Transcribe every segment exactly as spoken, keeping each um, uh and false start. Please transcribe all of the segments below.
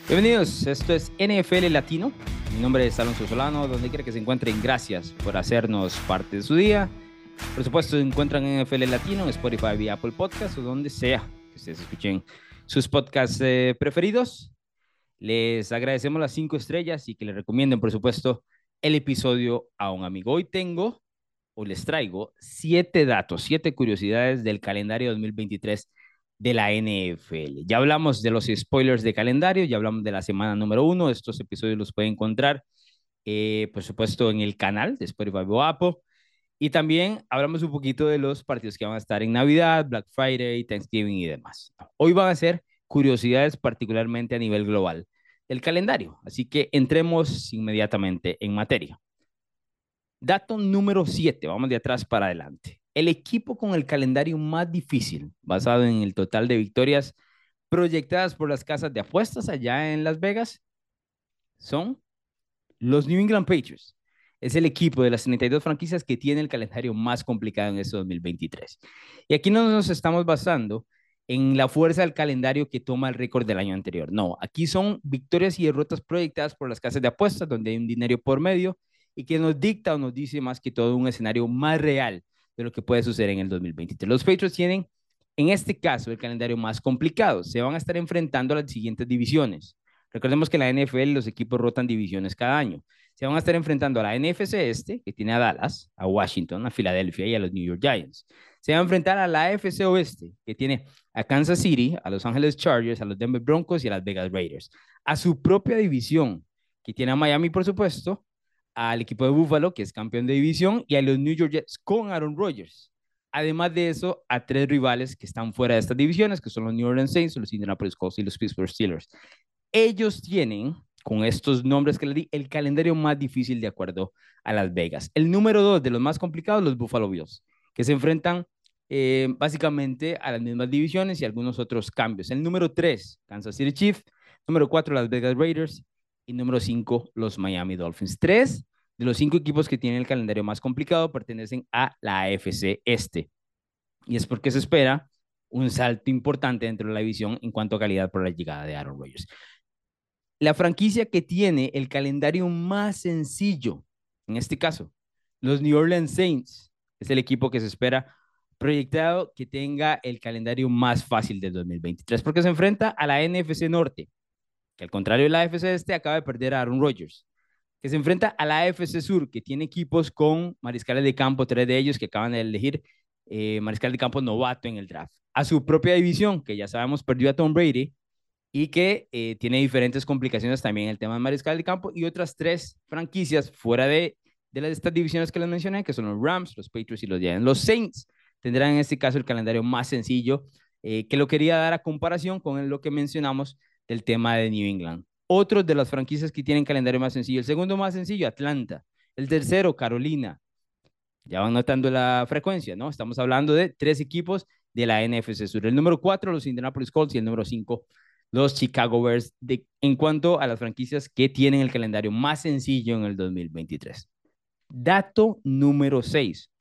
Bienvenidos, esto es N F L Latino. Mi nombre es Alonso Solano, donde quiera que se encuentren, gracias por hacernos parte de su día. Por supuesto, se encuentran en N F L Latino, en Spotify y Apple Podcasts o donde sea que ustedes escuchen sus podcasts eh, preferidos. Les agradecemos las cinco estrellas y que les recomienden, por supuesto, el episodio a un amigo. Hoy tengo, o les traigo, siete datos, siete curiosidades del calendario dos mil veintitrés de la N F L. Ya hablamos de los spoilers de calendario, ya hablamos de la semana número uno. Estos episodios los pueden encontrar, eh, por supuesto, en el canal de Spotify o Apple. Y también hablamos un poquito de los partidos que van a estar en Navidad, Black Friday, Thanksgiving y demás. Hoy van a ser curiosidades particularmente a nivel global del calendario. Así que entremos inmediatamente en materia. Dato número siete, vamos de atrás para adelante. El equipo con el calendario más difícil, basado en el total de victorias proyectadas por las casas de apuestas allá en Las Vegas, son los New England Patriots. Es el equipo de las treinta y dos franquicias que tiene el calendario más complicado en este dos mil veintitrés. Y aquí no nos estamos basando en la fuerza del calendario que toma el récord del año anterior. No, aquí son victorias y derrotas proyectadas por las casas de apuestas, donde hay un dinero por medio y que nos dicta o nos dice más que todo un escenario más real de lo que puede suceder en el dos mil veintitrés. Los Patriots tienen, en este caso, el calendario más complicado. Se van a estar enfrentando a las siguientes divisiones. Recordemos que en la N F L los equipos rotan divisiones cada año. Se van a estar enfrentando a la N F C Este, que tiene a Dallas, a Washington, a Filadelfia y a los New York Giants. Se va a enfrentar a la A F C Oeste, que tiene a Kansas City, a Los Angeles Chargers, a los Denver Broncos y a las Vegas Raiders. A su propia división, que tiene a Miami, por supuesto, al equipo de Buffalo, que es campeón de división, y a los New York Jets con Aaron Rodgers. Además de eso, a tres rivales que están fuera de estas divisiones, que son los New Orleans Saints, los Indianapolis Colts y los Pittsburgh Steelers. Ellos tienen, con estos nombres que les di, el calendario más difícil de acuerdo a Las Vegas. El número dos de los más complicados, los Buffalo Bills, que se enfrentan eh, básicamente a las mismas divisiones y algunos otros cambios. El número tres, Kansas City Chiefs. Número cuatro, Las Vegas Raiders. Y número cinco, los Miami Dolphins. Tres de los cinco equipos que tienen el calendario más complicado pertenecen a la A F C Este. Y es porque se espera un salto importante dentro de la división en cuanto a calidad por la llegada de Aaron Rodgers. La franquicia que tiene el calendario más sencillo, en este caso, los New Orleans Saints, es el equipo que se espera proyectado que tenga el calendario más fácil del dos mil veintitrés, porque se enfrenta a la N F C Norte, que al contrario de la A F C Este acaba de perder a Aaron Rodgers, que se enfrenta a la A F C Sur, que tiene equipos con mariscales de campo, tres de ellos que acaban de elegir eh, mariscal de campo novato en el draft, a su propia división, que ya sabemos perdió a Tom Brady, y que eh, tiene diferentes complicaciones también en el tema de mariscal de campo, y otras tres franquicias fuera de, de las, estas divisiones que les mencioné, que son los Rams, los Patriots y los Giants. Los Saints tendrán en este caso el calendario más sencillo, eh, que lo quería dar a comparación con lo que mencionamos del tema de New England. Otros de las franquicias que tienen calendario más sencillo, el segundo más sencillo, Atlanta. El tercero, Carolina. Ya van notando la frecuencia, ¿no? Estamos hablando de tres equipos de la N F C Sur. El número cuatro, los Indianapolis Colts, y el número cinco, los Chicago Bears, de, en cuanto a las franquicias que tienen el calendario más sencillo en el dos mil veintitrés. Dato número seis.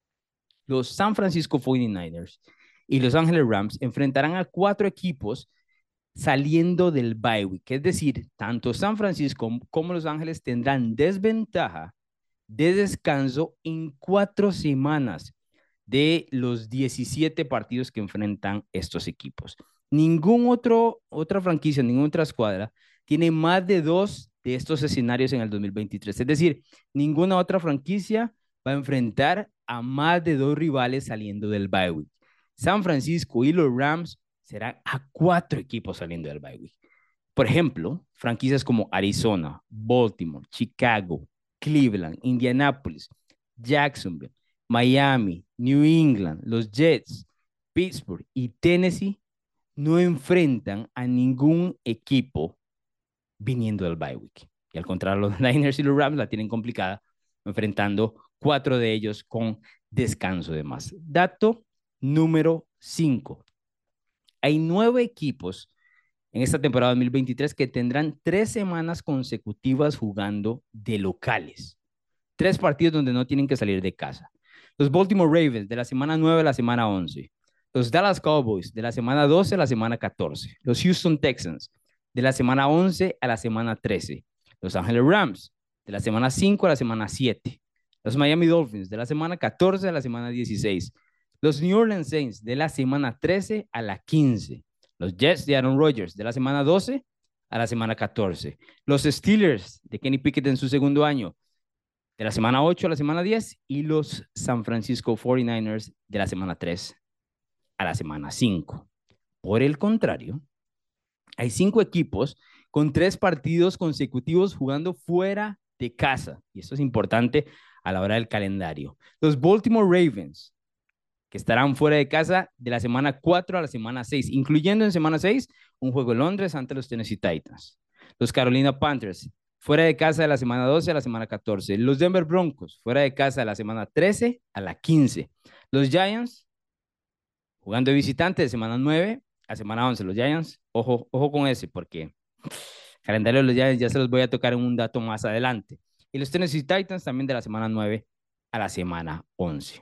Los San Francisco cuarenta y nueve ers y los Ángeles Rams enfrentarán a cuatro equipos saliendo del bye week. Es decir, tanto San Francisco como Los Ángeles tendrán desventaja de descanso en cuatro semanas de los diecisiete partidos que enfrentan estos equipos. Ningún otro, otra franquicia, ninguna otra escuadra tiene más de dos de estos escenarios en el dos mil veintitrés. Es decir, ninguna otra franquicia va a enfrentar a más de dos rivales saliendo del bye week. San Francisco y los Rams serán a cuatro equipos saliendo del bye week. Por ejemplo, franquicias como Arizona, Baltimore, Chicago, Cleveland, Indianapolis, Jacksonville, Miami, New England, los Jets, Pittsburgh y Tennessee no enfrentan a ningún equipo viniendo del bye week. Y al contrario, los Niners y los Rams la tienen complicada, enfrentando cuatro de ellos con descanso de más. Dato número cinco. Hay nueve equipos en esta temporada dos mil veintitrés que tendrán tres semanas consecutivas jugando de locales. Tres partidos donde no tienen que salir de casa. Los Baltimore Ravens de la semana nueve a la semana once. Los Dallas Cowboys de la semana doce a la semana catorce. Los Houston Texans de la semana once a la semana trece. Los Ángeles Rams, de la semana cinco a la semana siete. Los Miami Dolphins, de la semana catorce a la semana dieciséis. Los New Orleans Saints, de la semana trece a la quince. Los Jets de Aaron Rodgers, de la semana doce a la semana catorce. Los Steelers de Kenny Pickett en su segundo año, de la semana ocho a la semana diez. Y los San Francisco cuarenta y nueve ers de la semana tres a la semana cinco. Por el contrario, hay cinco equipos con tres partidos consecutivos jugando fuera de casa. Y esto es importante a la hora del calendario. Los Baltimore Ravens, que estarán fuera de casa de la semana cuatro a la semana seis, incluyendo en semana seis un juego en Londres ante los Tennessee Titans. Los Carolina Panthers, fuera de casa de la semana doce a la semana catorce. Los Denver Broncos, fuera de casa de la semana trece a la quince. Los Giants, jugando de visitante de semana nueve a semana once. Los Giants, ojo, ojo con ese, porque el calendario de los Giants ya se los voy a tocar en un dato más adelante. Y los Tennessee Titans también de la semana nueve a la semana once.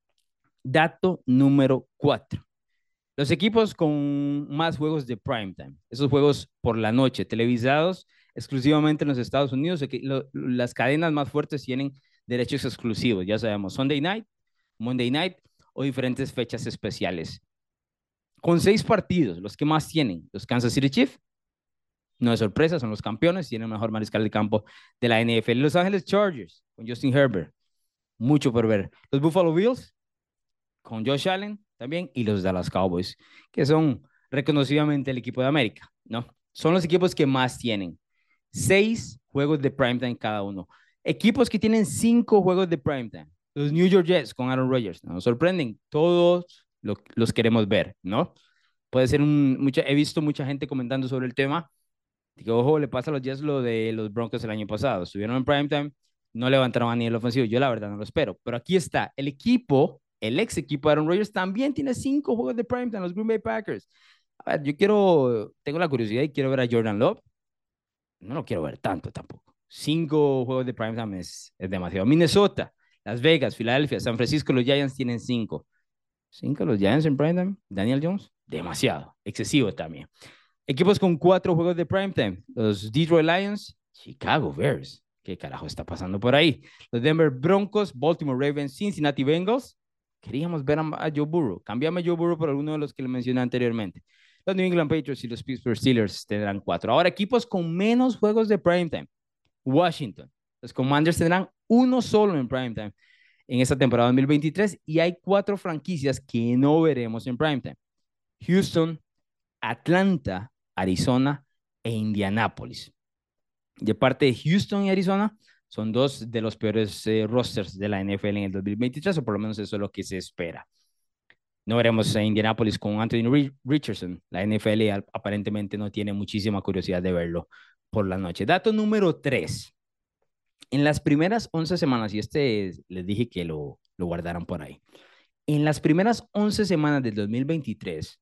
Dato número cuatro. Los equipos con más juegos de primetime, esos juegos por la noche, televisados exclusivamente en los Estados Unidos, lo, las cadenas más fuertes tienen derechos exclusivos, ya sabemos, Sunday Night, Monday Night o diferentes fechas especiales. Con seis partidos, los que más tienen, los Kansas City Chiefs, no es sorpresa, son los campeones, tienen el mejor mariscal de campo de la N F L. Los Ángeles Chargers, con Justin Herbert, mucho por ver. Los Buffalo Bills, con Josh Allen también, y los Dallas Cowboys, que son reconocidamente el equipo de América, ¿no? Son los equipos que más tienen. Seis juegos de primetime cada uno. Equipos que tienen cinco juegos de primetime. Los New York Jets con Aaron Rodgers, ¿no? Nos sorprenden. Todos lo, los queremos ver, ¿no? Puede ser un... Mucha, he visto mucha gente comentando sobre el tema. Que, ojo, le pasa a los Jets lo de los Broncos el año pasado. Estuvieron en primetime, no levantaron a nivel ofensivo. Yo la verdad no lo espero. Pero aquí está. El equipo, el ex equipo de Aaron Rodgers también tiene cinco juegos de primetime, los Green Bay Packers. A ver, yo quiero, tengo la curiosidad y quiero ver a Jordan Love. No lo quiero ver tanto tampoco. Cinco juegos de primetime es, es demasiado. Minnesota, Las Vegas, Filadelfia, San Francisco, los Giants tienen cinco. Cinco los Giants en primetime. Daniel Jones, demasiado. Excesivo también. Equipos con cuatro juegos de primetime. Los Detroit Lions, Chicago Bears. ¿Qué carajo está pasando por ahí? Los Denver Broncos, Baltimore Ravens, Cincinnati Bengals. Queríamos ver a, a Joe Burrow. Cámbiame Joe Burrow por alguno de los que le mencioné anteriormente. Los New England Patriots y los Pittsburgh Steelers tendrán cuatro. Ahora, equipos con menos juegos de primetime. Washington. Los Commanders tendrán uno solo en primetime en esta temporada dos mil veintitrés y hay cuatro franquicias que no veremos en primetime. Houston, Atlanta, Arizona e Indianápolis. De parte de Houston y Arizona, son dos de los peores eh, rosters de la N F L en el dos mil veintitrés, o por lo menos eso es lo que se espera. No veremos a Indianapolis con Anthony Richardson. La N F L aparentemente no tiene muchísima curiosidad de verlo por la noche. Dato número tres. En las primeras once semanas, y este es, les dije que lo, lo guardaran por ahí. En las primeras once semanas del dos mil veintitrés,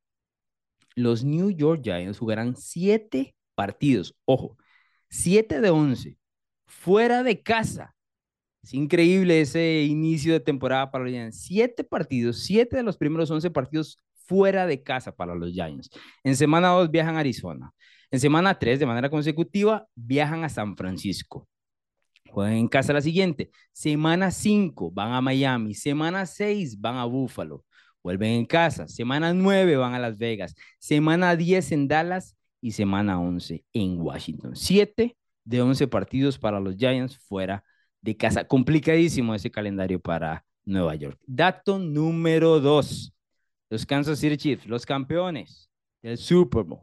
los New York Giants jugarán siete partidos. Ojo, siete de once. Fuera de casa. Es increíble ese inicio de temporada para los Giants. Siete partidos, siete de los primeros once partidos fuera de casa para los Giants. En semana dos viajan a Arizona. En semana tres, de manera consecutiva, viajan a San Francisco. Juegan en casa la siguiente. Semana cinco van a Miami. Semana seis van a Buffalo. Vuelven en casa. Semana nueve van a Las Vegas. Semana diez en Dallas. Y semana once en Washington. siete de once partidos para los Giants fuera de casa. Complicadísimo ese calendario para Nueva York. Dato número dos. Los Kansas City Chiefs, los campeones del Super Bowl,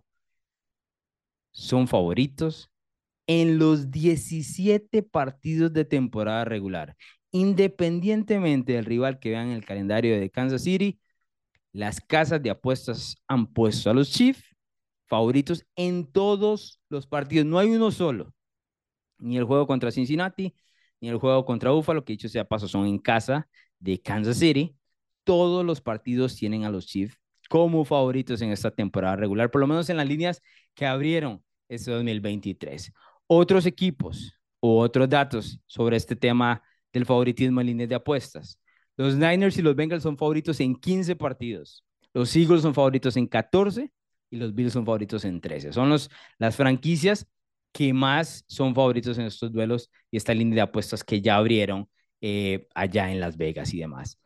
son favoritos en los diecisiete partidos de temporada regular. Independientemente del rival que vean en el calendario de Kansas City, las casas de apuestas han puesto a los Chiefs favoritos en todos los partidos. No hay uno solo. Ni el juego contra Cincinnati, ni el juego contra Buffalo, que dicho sea paso, son en casa de Kansas City. Todos los partidos tienen a los Chiefs como favoritos en esta temporada regular, por lo menos en las líneas que abrieron este dos mil veintitrés. Otros equipos o otros datos sobre este tema del favoritismo en líneas de apuestas. Los Niners y los Bengals son favoritos en quince partidos. Los Eagles son favoritos en catorce y los Bills son favoritos en trece. Son los, las franquicias que más son favoritos en estos duelos y esta línea de apuestas que ya abrieron eh, allá en Las Vegas y demás.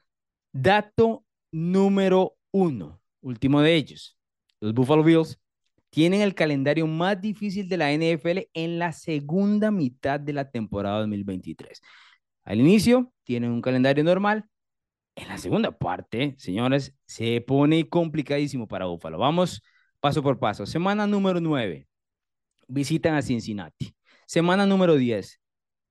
Dato número uno, último de ellos. Los Buffalo Bills tienen el calendario más difícil de la N F L en la segunda mitad de la temporada dos mil veintitrés. Al inicio tienen un calendario normal. En la segunda parte, señores, se pone complicadísimo para Buffalo. Vamos paso por paso. Semana número nueve, visitan a Cincinnati. Semana número diez.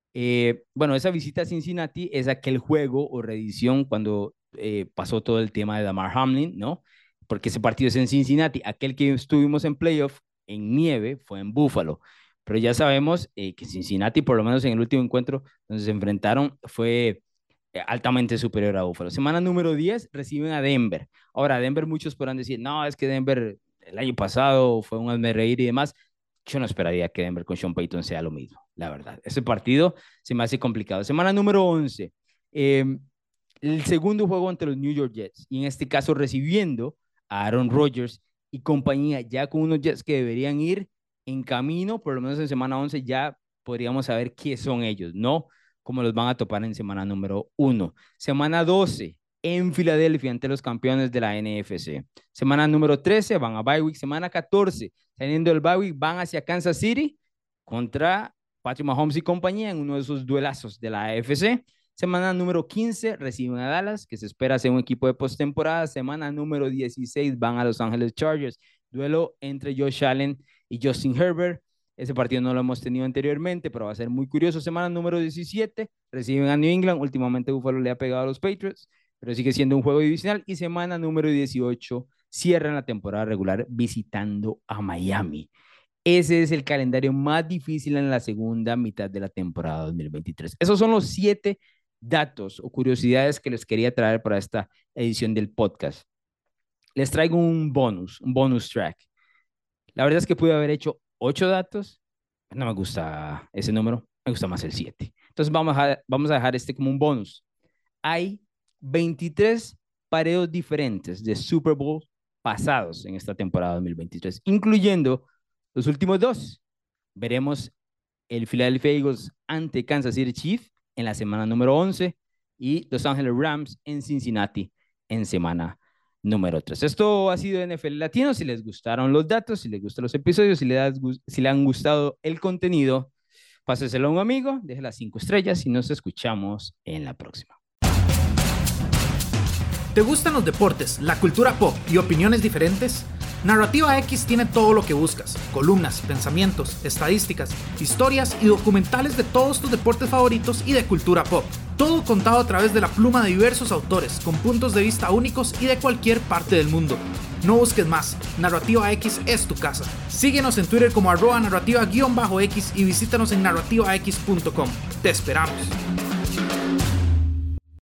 Eh, bueno, esa visita a Cincinnati es aquel juego o reedición cuando eh, pasó todo el tema de Damar Hamlin, ¿no? Porque ese partido es en Cincinnati. Aquel que estuvimos en playoff en nieve fue en Buffalo. Pero ya sabemos eh, que Cincinnati, por lo menos en el último encuentro donde se enfrentaron, fue eh, altamente superior a Buffalo. Semana número diez, reciben a Denver. Ahora, Denver, muchos podrán decir, no, es que Denver el año pasado fue un hazme reír y demás. Yo no esperaría que Denver con Sean Payton sea lo mismo, la verdad. Ese partido se me hace complicado. Semana número once, eh, el segundo juego ante los New York Jets, y en este caso recibiendo a Aaron Rodgers y compañía, ya con unos Jets que deberían ir en camino, por lo menos en semana once ya podríamos saber qué son ellos, no como los van a topar en semana número uno. Semana doce, en Filadelfia ante los campeones de la N F C. Semana número trece, van a bye week. Semana catorce, teniendo el bye week, van hacia Kansas City contra Patrick Mahomes y compañía en uno de esos duelazos de la A F C. Semana número quince, reciben a Dallas, que se espera ser un equipo de postemporada. Semana número dieciséis, van a Los Ángeles Chargers. Duelo entre Josh Allen y Justin Herbert. Ese partido no lo hemos tenido anteriormente, pero va a ser muy curioso. Semana número diecisiete, reciben a New England. Últimamente Buffalo le ha pegado a los Patriots, pero sigue siendo un juego divisional. Y semana número dieciocho, cierran la temporada regular visitando a Miami. Ese es el calendario más difícil en la segunda mitad de la temporada dos mil veintitrés. Esos son los siete datos o curiosidades que les quería traer para esta edición del podcast. Les traigo un bonus, un bonus track. La verdad es que pude haber hecho ocho datos. No me gusta ese número, me gusta más el siete. Entonces vamos a, vamos a dejar este como un bonus. Hay veintitrés pareos diferentes de Super Bowl pasados en esta temporada dos mil veintitrés, incluyendo los últimos dos. Veremos el Philadelphia Eagles ante Kansas City Chiefs en la semana número once y Los Ángeles Rams en Cincinnati en semana número tres. Esto ha sido N F L Latino. Si les gustaron los datos, si les gustan los episodios, si les, das, si les han gustado el contenido, páseselo a un amigo, deje las cinco estrellas y nos escuchamos en la próxima. ¿Te gustan los deportes, la cultura pop y opiniones diferentes? Narrativa X tiene todo lo que buscas: columnas, pensamientos, estadísticas, historias y documentales de todos tus deportes favoritos y de cultura pop. Todo contado a través de la pluma de diversos autores, con puntos de vista únicos y de cualquier parte del mundo. No busques más, Narrativa X es tu casa. Síguenos en Twitter como arroba narrativa-x y visítanos en narrativa x punto com. Te esperamos.